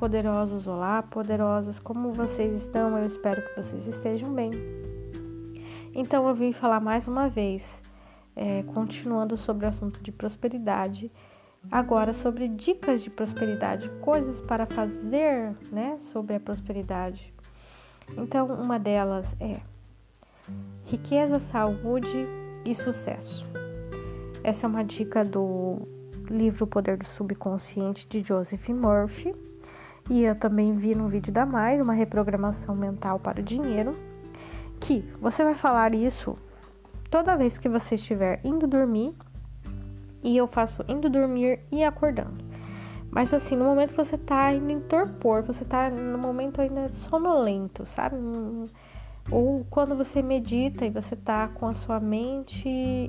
poderosos, olá, poderosas, como vocês estão? Eu espero que vocês estejam bem. Então, eu vim falar mais uma vez, continuando sobre o assunto de prosperidade, agora sobre dicas de prosperidade, coisas para fazer, né, sobre a prosperidade. Então, uma delas é riqueza, saúde e sucesso. Essa é uma dica do livro O Poder do Subconsciente, de Joseph Murphy. E eu também vi no vídeo da Mai, uma reprogramação mental para o dinheiro, que você vai falar isso toda vez que você estiver indo dormir, e eu faço indo dormir e acordando. Mas assim, no momento que você tá indo em torpor, você tá no momento ainda sonolento, sabe? Ou quando você medita e você tá com a sua mente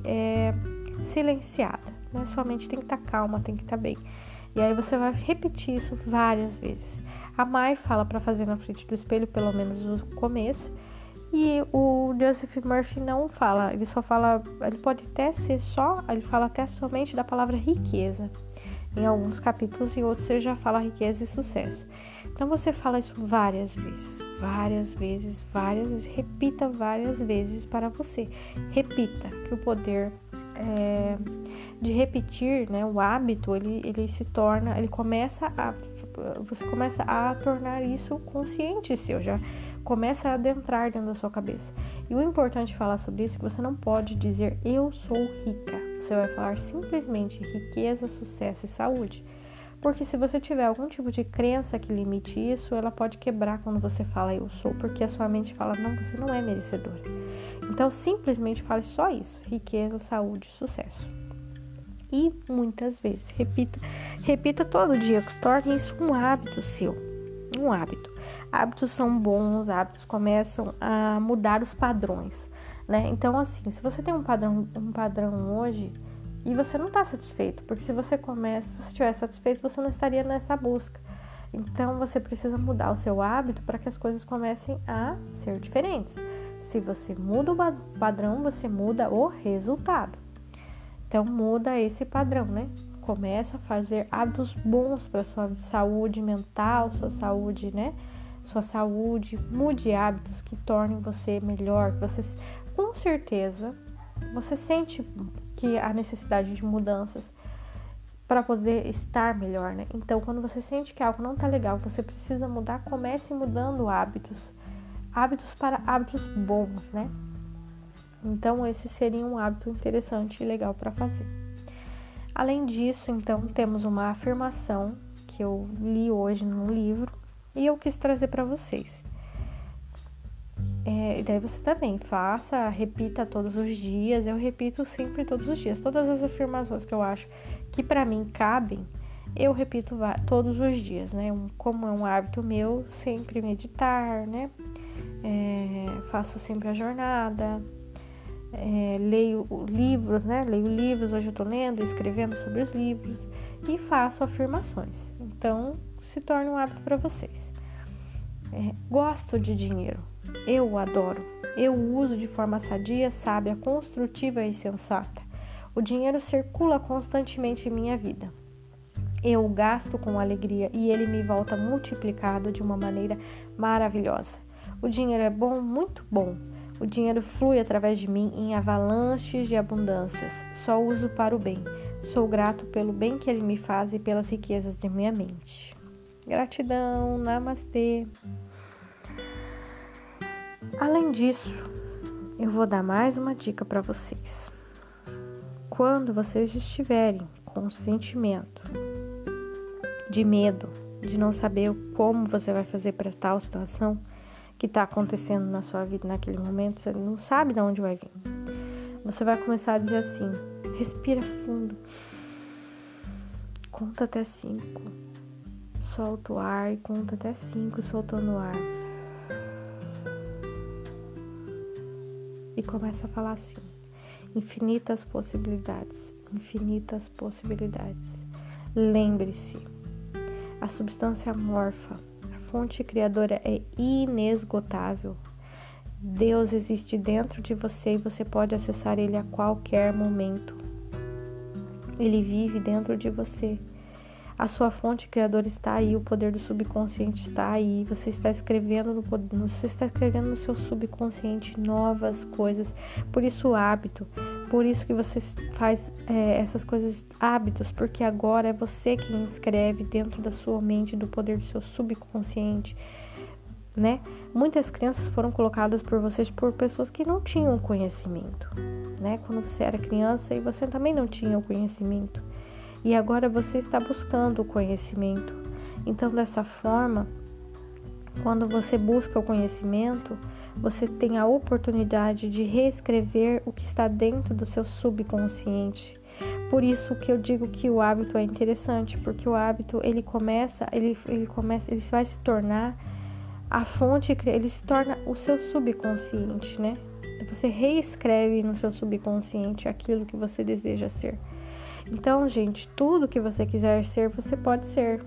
silenciada, né? Sua mente tem que estar calma, tem que estar bem. E aí você vai repetir isso várias vezes. A Mai fala para fazer na frente do espelho, pelo menos no começo. E o Joseph Murphy não fala, ele só fala, ele pode até ser ele fala até somente da palavra riqueza. Em alguns capítulos, em outros ele já fala riqueza e sucesso. Então você fala isso várias vezes, repita várias vezes para você. Repita, que o poder de repetir, né, o hábito, ele se torna, você começa a tornar isso consciente seu, já começa a adentrar dentro da sua cabeça. E o importante de falar sobre isso é que você não pode dizer eu sou rica, você vai falar simplesmente riqueza, sucesso e saúde. Porque se você tiver algum tipo de crença que limite isso, ela pode quebrar quando você fala eu sou, porque a sua mente fala não, você não é merecedora. Então simplesmente fale só isso, riqueza, saúde, sucesso. E muitas vezes, repita todo dia, torne isso um hábito seu, um hábito. Hábitos são bons, hábitos começam a mudar os padrões, né? Então assim, se você tem um padrão hoje e você não está satisfeito, porque se você estiver satisfeito, você não estaria nessa busca. Então você precisa mudar o seu hábito para que as coisas comecem a ser diferentes. Se você muda o padrão, você muda o resultado. Então muda esse padrão, né? Começa a fazer hábitos bons para sua saúde mental, sua saúde, né? Sua saúde, mude hábitos que tornem você melhor. Você, com certeza, você sente que a necessidade de mudanças para poder estar melhor, né? Então, quando você sente que algo não tá legal, você precisa mudar, comece mudando hábitos para hábitos bons, né? Então, esse seria um hábito interessante e legal para fazer. Além disso, então, temos uma afirmação que eu li hoje no livro e eu quis trazer para vocês. E daí você também repita todos os dias. Eu repito sempre todos os dias. Todas as afirmações que eu acho que para mim cabem, eu repito todos os dias, né? Como é um hábito meu, sempre meditar, né? Faço sempre a jornada. Leio livros, né? Leio livros, hoje eu tô lendo, escrevendo sobre os livros e faço afirmações. Então, se torna um hábito para vocês. Gosto de dinheiro, eu o adoro, eu o uso de forma sadia, sábia, construtiva e sensata. O dinheiro circula constantemente em minha vida. Eu o gasto com alegria e ele me volta multiplicado de uma maneira maravilhosa. O dinheiro é bom, muito bom. O dinheiro flui através de mim em avalanches de abundâncias. Só uso para o bem. Sou grato pelo bem que ele me faz e pelas riquezas de minha mente. Gratidão, namastê. Além disso, eu vou dar mais uma dica para vocês. Quando vocês estiverem com um sentimento de medo, de não saber como você vai fazer para tal situação que está acontecendo na sua vida naquele momento, você não sabe de onde vai vir. Você vai começar a dizer assim, respira fundo, conta até 5, solta o ar e conta até 5 soltando o ar. E começa a falar assim, infinitas possibilidades, infinitas possibilidades. Lembre-se, a substância amorfa, a fonte criadora é inesgotável. Deus existe dentro de você e você pode acessar ele a qualquer momento. Ele vive dentro de você. A sua fonte criadora está aí, o poder do subconsciente está aí. Você está escrevendo no seu subconsciente novas coisas. Por isso o hábito. Por isso que você faz essas coisas, hábitos, porque agora é você quem escreve dentro da sua mente, do poder do seu subconsciente, né? Muitas crenças foram colocadas por vocês por pessoas que não tinham conhecimento, né? Quando você era criança e você também não tinha o conhecimento. E agora você está buscando o conhecimento. Então, dessa forma, quando você busca o conhecimento, você tem a oportunidade de reescrever o que está dentro do seu subconsciente. Por isso que eu digo que o hábito é interessante, porque o hábito ele vai se tornar a fonte, ele se torna o seu subconsciente, né? Você reescreve no seu subconsciente aquilo que você deseja ser. Então, gente, tudo que você quiser ser, você pode ser.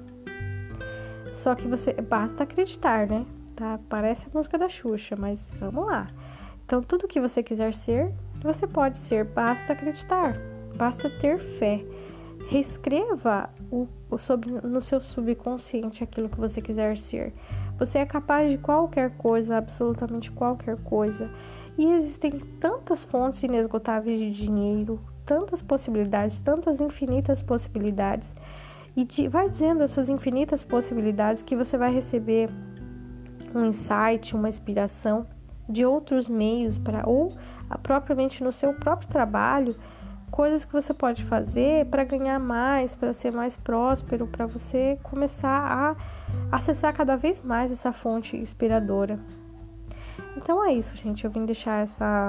Só que basta acreditar, né? Tá? Parece a música da Xuxa, mas vamos lá. Então, tudo que você quiser ser, você pode ser. Basta acreditar, basta ter fé. Reescreva no seu subconsciente aquilo que você quiser ser. Você é capaz de qualquer coisa, absolutamente qualquer coisa. E existem tantas fontes inesgotáveis de dinheiro, tantas possibilidades, tantas infinitas possibilidades. E vai dizendo essas infinitas possibilidades que você vai receber um insight, uma inspiração de outros meios ou propriamente no seu próprio trabalho, coisas que você pode fazer para ganhar mais, para ser mais próspero, para você começar a acessar cada vez mais essa fonte inspiradora. Então é isso, gente. Eu vim deixar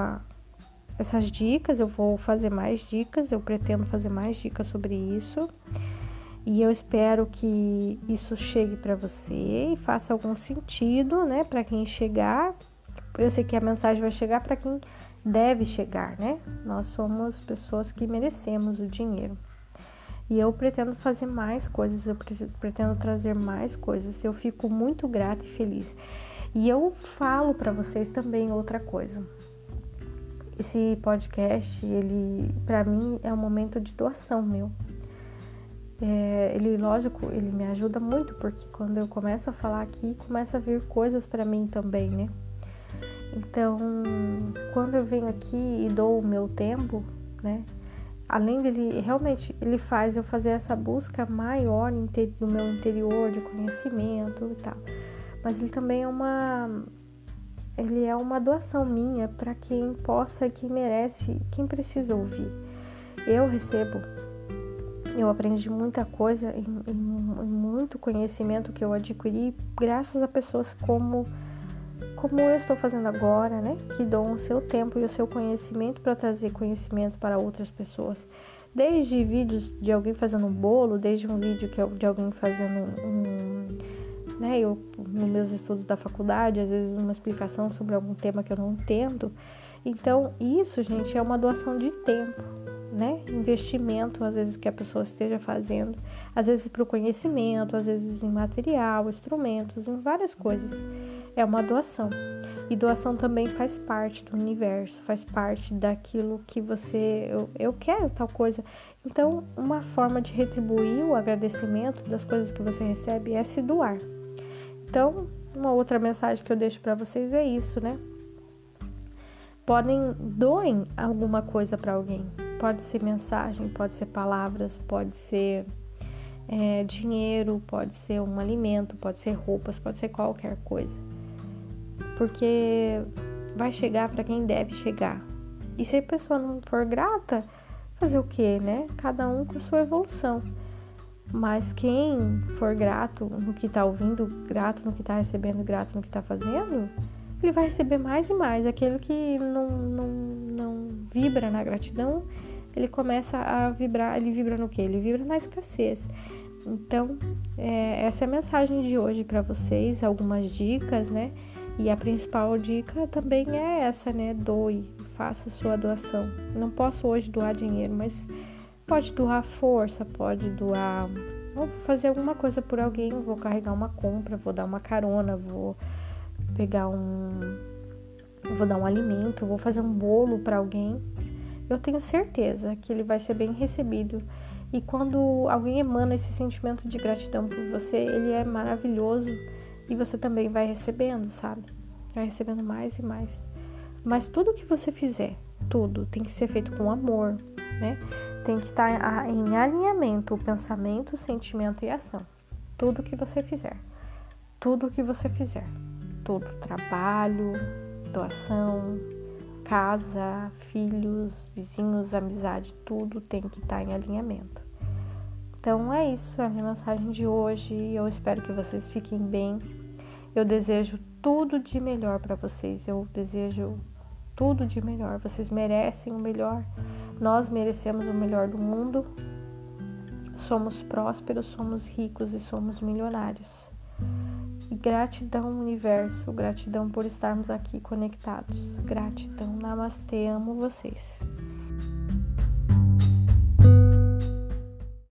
essas dicas. Eu vou fazer mais dicas. Eu pretendo fazer mais dicas sobre isso. E eu espero que isso chegue para você e faça algum sentido, né? Para quem chegar. Eu sei que a mensagem vai chegar para quem deve chegar, né? Nós somos pessoas que merecemos o dinheiro. E eu pretendo fazer mais coisas, eu pretendo trazer mais coisas. Eu fico muito grata e feliz. E eu falo para vocês também outra coisa. Esse podcast, ele, para mim, é um momento de doação meu. Lógico, ele me ajuda muito, porque quando eu começo a falar aqui, começa a vir coisas para mim também, né? Então, quando eu venho aqui e dou o meu tempo, né? Além dele, realmente, ele faz eu fazer essa busca maior no meu interior de conhecimento e tal. Mas ele também é uma doação minha para quem possa, quem merece, quem precisa ouvir. Eu aprendi muita coisa e muito conhecimento que eu adquiri graças a pessoas como eu estou fazendo agora, né? Que dão o seu tempo e o seu conhecimento para trazer conhecimento para outras pessoas. Desde vídeos de alguém fazendo um bolo, desde um vídeo de alguém fazendo né? Eu, nos meus estudos da faculdade, às vezes uma explicação sobre algum tema que eu não entendo. Então, isso, gente, é uma doação de tempo, né? Investimento, às vezes, que a pessoa esteja fazendo, às vezes para o conhecimento, às vezes em material, instrumentos, em várias coisas. É uma doação. E doação também faz parte do universo, faz parte daquilo que eu quero tal coisa. Então, uma forma de retribuir o agradecimento das coisas que você recebe é se doar. Então, uma outra mensagem que eu deixo para vocês é isso, né? Doem alguma coisa para alguém. Pode ser mensagem, pode ser palavras, pode ser dinheiro, pode ser um alimento, pode ser roupas, pode ser qualquer coisa. Porque vai chegar para quem deve chegar. E se a pessoa não for grata, fazer o quê, né? Cada um com sua evolução. Mas quem for grato no que está ouvindo, grato no que está recebendo, grato no que está fazendo, ele vai receber mais e mais. Aquele que não vibra na gratidão, ele começa a vibrar. Ele vibra no quê? Ele vibra na escassez. Então, essa é a mensagem de hoje para vocês, algumas dicas, né? E a principal dica também é essa, né? Doe, faça sua doação. Não posso hoje doar dinheiro, mas pode doar força, pode doar... Vou fazer alguma coisa por alguém, vou carregar uma compra, vou dar uma carona, vou dar um alimento, vou fazer um bolo para alguém. Eu tenho certeza que ele vai ser bem recebido E quando alguém emana esse sentimento de gratidão por você, ele é maravilhoso e você também vai recebendo, sabe? Vai recebendo mais e mais. Mas tudo que você fizer, tudo tem que ser feito com amor, né? Tem que estar em alinhamento o pensamento, o sentimento e a ação. Tudo que você fizer. Tudo que você fizer. Tudo. Trabalho, doação, casa, filhos, vizinhos, amizade, tudo tem que estar em alinhamento. Então é isso, é a minha mensagem de hoje. Eu espero que vocês fiquem bem. Eu desejo tudo de melhor para vocês. Eu desejo tudo de melhor. Vocês merecem o melhor. Nós merecemos o melhor do mundo. Somos prósperos, somos ricos e somos milionários. E gratidão, universo, gratidão por estarmos aqui conectados. Gratidão, namastê, amo vocês.